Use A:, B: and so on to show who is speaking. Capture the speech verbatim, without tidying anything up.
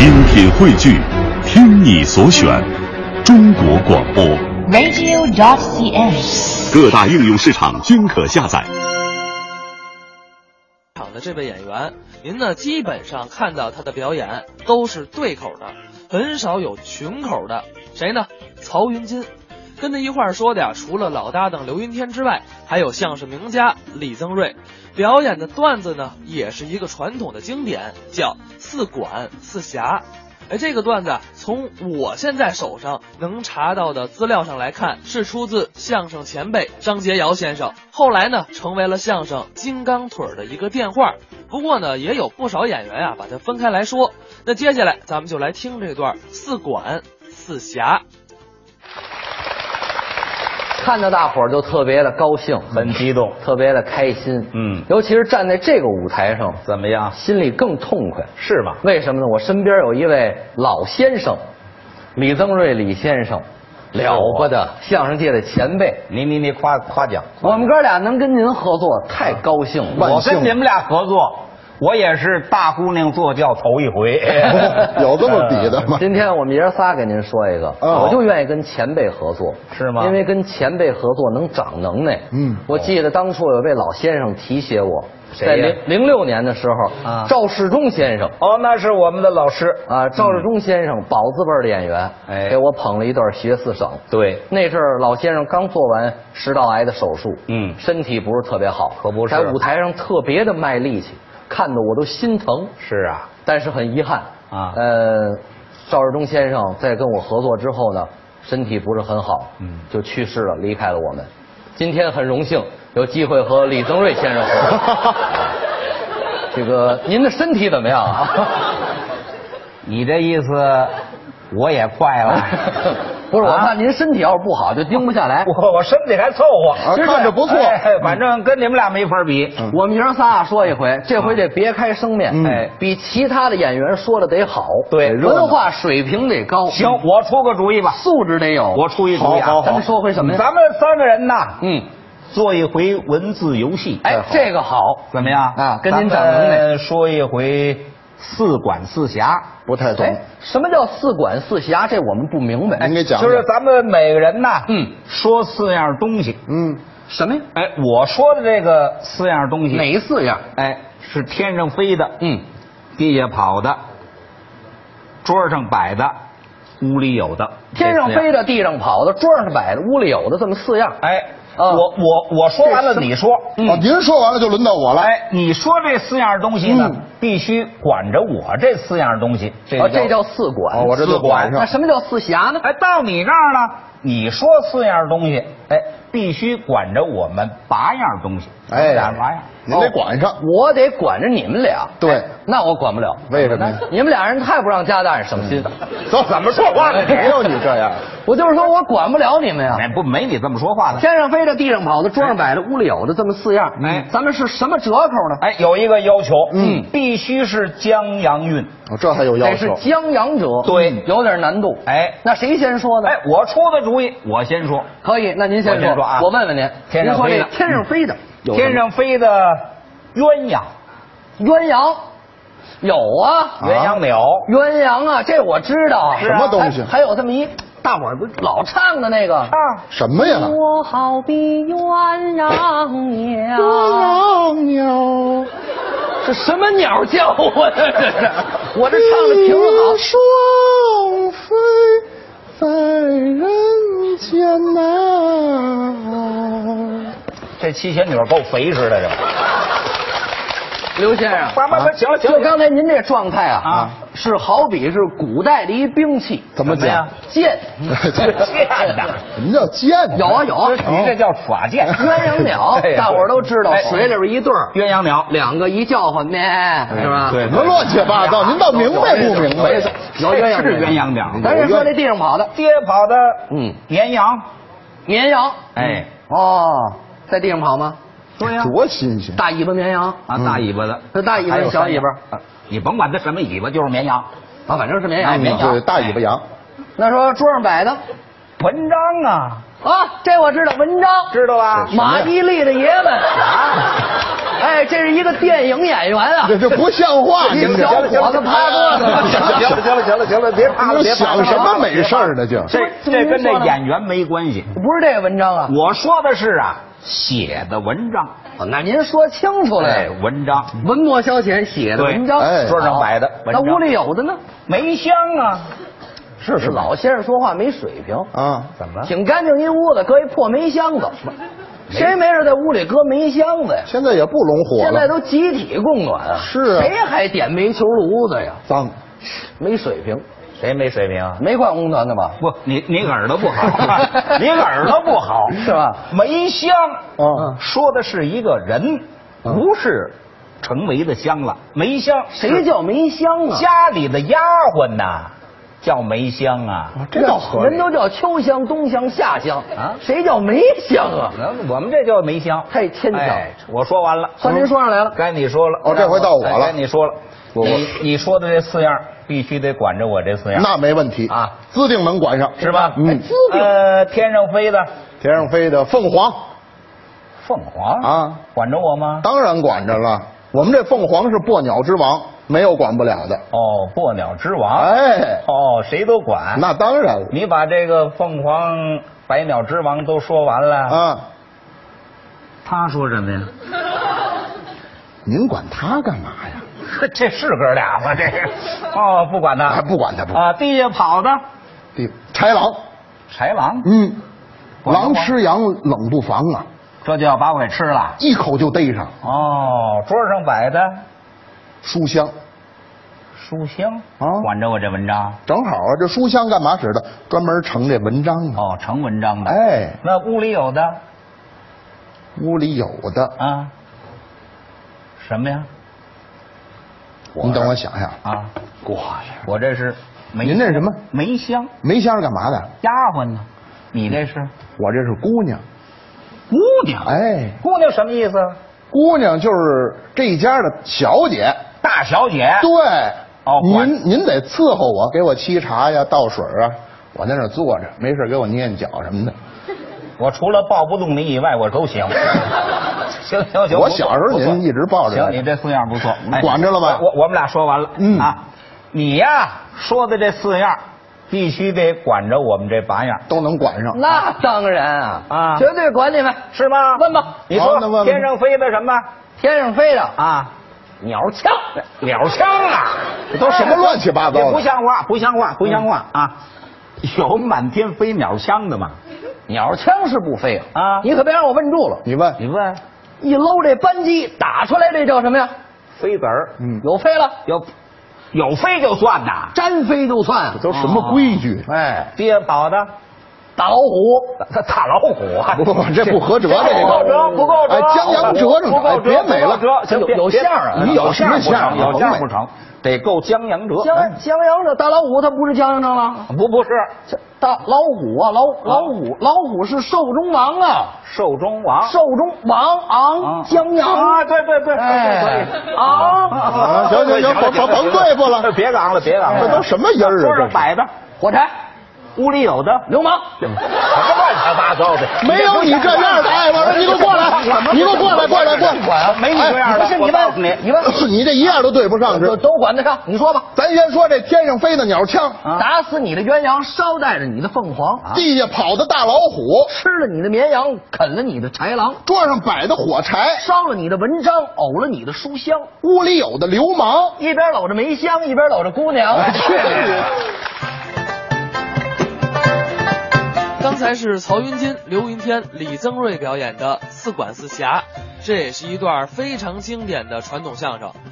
A: 精品汇聚，听你所选，中国广播
B: radio dot c n，
A: 各大应用市场均可下载。
C: 场的这位演员，您呢基本上看到他的表演都是对口的，很少有群口的。谁呢？曹云金。跟他一块儿说的呀，除了老搭档刘云天之外，还有相声名家李增瑞。表演的段子呢，也是一个传统的经典，叫四管四辖。哎，这个段子从我现在手上能查到的资料上来看，是出自相声前辈张杰尧先生，后来呢成为了相声金刚腿的一个电话。不过呢，也有不少演员啊把它分开来说。那接下来咱们就来听这段四管四辖。
D: 看到大伙儿就特别的高兴，
E: 很激动，
D: 特别的开心。
E: 嗯，
D: 尤其是站在这个舞台上，
E: 怎么样？
D: 心里更痛快，
E: 是吗？
D: 为什么呢？我身边有一位老先生，李增瑞李先生，了不得，相声界的前辈。
E: 你你你夸夸奖，
D: 我们哥俩能跟您合作，太高兴了。
E: 我跟你们俩合作，我也是大姑娘坐轿头一回。
F: 有这么比的吗？
D: 今天我们爷仨给您说一个，
F: 哦、
D: 我就愿意跟前辈合作，
E: 是吗？
D: 因为跟前辈合作能长能耐。
F: 嗯，
D: 我记得当初有位老先生提携我，在
E: 零
D: 零六年的时候，啊，赵世忠先生，
E: 哦，那是我们的老师
D: 啊，赵世忠先生，宝字辈的演员，
E: 哎，
D: 给我捧了一段学四省。
E: 对，
D: 那阵儿老先生刚做完食道癌的手术，
E: 嗯，
D: 身体不是特别好，
E: 可不是，
D: 在舞台上特别的卖力气。看得我都心疼。
E: 是啊，
D: 但是很遗憾
E: 啊，
D: 呃，赵世忠先生在跟我合作之后呢，身体不是很好，
E: 嗯，
D: 就去世了，离开了我们。今天很荣幸有机会和李增瑞先生合作。这个您的身体怎么样啊？
E: 你这意思我也快了。
D: 不是，我怕您身体要是不好就盯不下来。
E: 我我身体还凑合，
F: 啊、看着不错、
E: 哎，反正跟你们俩没法比。
D: 嗯、我们爷仨说一回，这回得别开生面，
F: 嗯、
D: 哎，比其他的演员说的得好，
E: 对，
D: 文化水平得高。
E: 行，我出个主意吧，
D: 素质得有。
E: 我出一主意啊，
F: 好好好，
D: 咱们说回什么呀？
E: 咱们三个人呐，
D: 嗯，
E: 做一回文字游戏。
D: 哎，这个好，
E: 怎么样
D: 啊？跟您长能耐。
E: 说一回四管四辖，
F: 不太懂。
D: 什么叫四管四辖？这我们不明白。
F: 您给讲。
E: 就是咱们每个人呐，
D: 嗯，
E: 说四样东西。
F: 嗯，
D: 什么呀？
E: 哎，我说的这个四样东西，
D: 哪四样？
E: 哎，是天上飞的，
D: 嗯，
E: 地下跑的，桌上摆的，屋里有的。
D: 天上飞的，地上跑的，桌上摆的，屋里有的，这么四样。
E: 哎。我我我说完了，你说。
F: 嗯、哦，您说完了就轮到我了。
E: 哎，你说这四样东西呢，嗯、必须管着我这四样东西。
D: 这哦，这叫四管。
F: 哦，我这就管上。
D: 那什么叫四辖呢？
E: 哎，到你这儿呢，你说四样东西，哎，必须管着我们八样东西。
F: 哎，
E: 俩八样，
F: 您得管上。
D: 哦、我得管着你们俩。
F: 对、
D: 哎，那我管不了。
F: 为什么呀？
D: 你们俩人太不让家大人省心。
F: 走，怎么说话呢？没有你这样。
D: 我就是说我管不了你们呀。
E: 哎，不，没你这么说话的。
D: 天上飞的，地上跑的，桌上摆的，屋里有的，这么四样。
E: 哎，
D: 咱们是什么折扣呢？
E: 哎，有一个要求，
F: 嗯，
E: 必须是江洋韵。
F: 哦，这还有要求。
D: 是江洋者。
E: 对，
D: 有点难度。
E: 哎，
D: 那谁先说呢？
E: 哎，我出的主意，我先说。
D: 可以，那您先说。
E: 我先说啊。
D: 我问问您，
E: 天上飞的，
D: 天上飞的，
E: 天上飞的鸳鸯，
D: 鸳鸯。有啊，
E: 鸳鸯鸟，
D: 鸳鸯啊，这我知道。
F: 什么东西？
D: 还有这么一，大伙儿不老唱的那个
E: 啊？
F: 什么呀？
B: 我好比鸳鸯鸟，
F: 鸳鸯鸟，
D: 这什么鸟叫啊？这是，我这唱的挺好。
F: 双飞在人间呐。
E: 这七仙女够肥实的，这。
D: 刘先生，
E: 慢慢慢，行了行了，
D: 就刚才您这状态啊，
E: 啊，
D: 是好比是古代的一兵器，
F: 怎么讲？
D: 剑，
E: 剑的，
F: 什么叫剑？
D: 有啊有啊，
E: 你这叫耍剑。
D: 鸳鸯鸟，大伙儿都知道，水里边一对儿
E: 鸳鸯鸟，
D: 两个一叫唤，咩，是吧？
F: 对，什么乱七八糟？您倒明白不明白？
D: 有鸳鸯
E: 是鸳鸯鸟，
D: 咱是说这地上跑的，
E: 地下跑的，
D: 嗯，
E: 绵羊，
D: 绵羊，
E: 哎，
D: 哦，在地上跑吗？
E: 对呀，
F: 多新鲜！
D: 大尾巴绵羊
E: 啊，大尾巴的，
D: 是大尾巴小尾巴，
E: 你甭管它什么尾巴，就是绵羊
D: 啊，反正是绵羊，
E: 绵羊，
F: 对，大尾巴羊。
D: 那说桌上摆的
E: 文章啊，
D: 啊，这我知道，文章
E: 知道吧？
D: 马伊琍的爷们啊， 哎，这是一个电影演员啊，
F: 这这不像话！
D: 一
F: 你
D: 小伙子趴桌子，
E: 行了行了行了行了，别怕了，别怕了。
F: 想什么美事儿呢？就
E: 这这跟这演员没关系。
D: 不是这个文章啊。
E: 我说的是啊，写的文章。
D: 哦，那您说清楚了。
E: 哎，文章，
D: 文墨消遣写的文章，
F: 哎
E: 桌上摆的文章。
D: 那屋里有的呢？
E: 梅香啊，
F: 是是
D: 老先生说话没水平
F: 啊？
E: 怎么了？
D: 挺干净一屋子，搁一破煤箱子，谁没事在屋里搁煤箱子呀？
F: 现在也不拢火了，
D: 现在都集体供暖啊，
F: 是啊，
D: 谁还点煤球炉子呀？
F: 脏，
D: 没水平。
E: 谁没水平啊？
D: 煤矿工团的吧？
E: 不，你你耳朵不好，你耳朵不好
D: 是吧？
E: 煤香，
F: 嗯，
E: 说的是一个人，不是成煤的香了。煤香，
D: 谁叫煤香啊？
E: 家里的丫鬟呐，叫煤香啊。
F: 这倒合理。
D: 人都叫秋香、冬香、夏香啊，谁叫煤香啊？
E: 我们这叫煤香，
D: 太牵强。
E: 哎，我说完了，
D: 算您说上来了，
E: 该你说了。
F: 哦，这回到我了，
E: 该你说了。你你说的这四样必须得管着我这四样，
F: 那没问题
E: 啊，
F: 资定能管上
E: 是吧？
F: 嗯，
D: 资定
E: 呃，天上飞的，
F: 天上飞的凤凰，
E: 凤凰
F: 啊，
E: 管着我吗？
F: 当然管着了。我们这凤凰是破鸟之王，没有管不了的。
E: 哦，破鸟之王，
F: 哎，
E: 哦，谁都管。
F: 那当然了。
E: 你把这个凤凰、百鸟之王都说完了
F: 啊，
E: 他说什么呀？
F: 您管他干嘛呀？
E: 这是哥俩吗？这是哦，不管他，
F: 还不管他不
E: 啊？地下跑的
F: 地豺狼，
E: 豺狼，
F: 嗯，狼吃羊冷不防啊，
E: 这就要把我给吃了，
F: 一口就逮上。
E: 哦，桌上摆的
F: 书香，
E: 书香
F: 啊，
E: 管着我这文章，
F: 正好啊，这书香干嘛使的？专门盛这文章啊。
E: 哦，盛文章的。
F: 哎，
E: 那屋里有的，
F: 屋里有的
E: 啊，什么呀？
F: 你等我想想
E: 啊，
F: 过去。
E: 我这是煤，
F: 您这是什么？
E: 煤香。
F: 煤香是干嘛的？
E: 丫鬟呢？你这是？
F: 我这是姑娘。
E: 姑娘？
F: 哎，
E: 姑娘什么意思？
F: 姑娘就是这一家的小姐，
E: 大小姐。
F: 对。
E: 哦，
F: 您您得伺候我，给我沏茶呀、倒水啊，我在那儿坐着，没事给我捏捏脚什么的。
E: 我除了抱不动你以外，我都行。行行行，
F: 我小时候您一直抱着。
E: 行，你这四样不错，
F: 哎、管着了吧？
E: 我我们俩说完了。
F: 嗯
E: 啊，你呀说的这四样，必须得管着我们这八样，
F: 都能管上。
D: 那当然啊，
E: 啊，
D: 绝对管你们，
E: 是吗？
D: 问吧，
E: 你说
F: 那问
E: 天上飞的什么？
D: 天上飞的
E: 啊，
D: 鸟枪，
E: 鸟枪啊，
F: 这都什么乱七八糟的？
E: 不像话，不像话，不像话啊！有满天飞鸟枪的吗？
D: 鸟枪是不飞
E: 啊，
D: 你可别让我问住了。
F: 你问，
E: 你问，
D: 一搂这扳机打出来，这叫什么呀？
E: 飞子儿。
F: 嗯，
D: 有飞了，
E: 有有飞就算呐，
D: 沾飞就算。
F: 这都什么规矩？
D: 哎，
E: 地下跑的
D: 大老虎，
E: 大大老虎啊！
F: 不不，这不合辙，这
E: 不够折，不够折。
F: 哎，江洋折上，哎，别美了，
D: 有有相啊，
F: 你有什么相？
E: 有相不成，得够江洋折。
D: 江江洋的大老虎，它不是江洋成了？
E: 不不是，
D: 大老虎啊，老老虎，老虎是兽中王啊，
E: 兽中王，
D: 兽中王昂江洋
E: 啊，对对对，
D: 哎
E: 昂
F: 啊，行行行，甭甭甭对付了，
E: 别昂了，别昂了，
F: 这都什么音儿啊？
E: 桌上摆的
D: 火柴，
E: 屋里有的
D: 流氓，
E: 什么乱七八糟的，
F: 没有你这样的，哎，我说你给我过来，你给我过来，过来，过来，
E: 没你这样的，
D: 不是你问
E: 你，
D: 你问，
F: 你这一样都对不上，这
D: 都管得上，你说吧。
F: 咱先说这天上飞的鸟枪，
D: 打死你的鸳鸯，捎带着你的凤凰，
F: 地下跑的大老虎，
D: 吃了你的绵羊，啃了你的豺狼，
F: 桌上摆的火柴，
D: 烧了你的文章，呕了你的书香，
F: 屋里有的流氓，
D: 一边搂着梅香，一边搂着姑娘。
F: 去你！
C: 刚才是曹云金、刘云天、李增瑞表演的《四管四侠》，这也是一段非常经典的传统相声。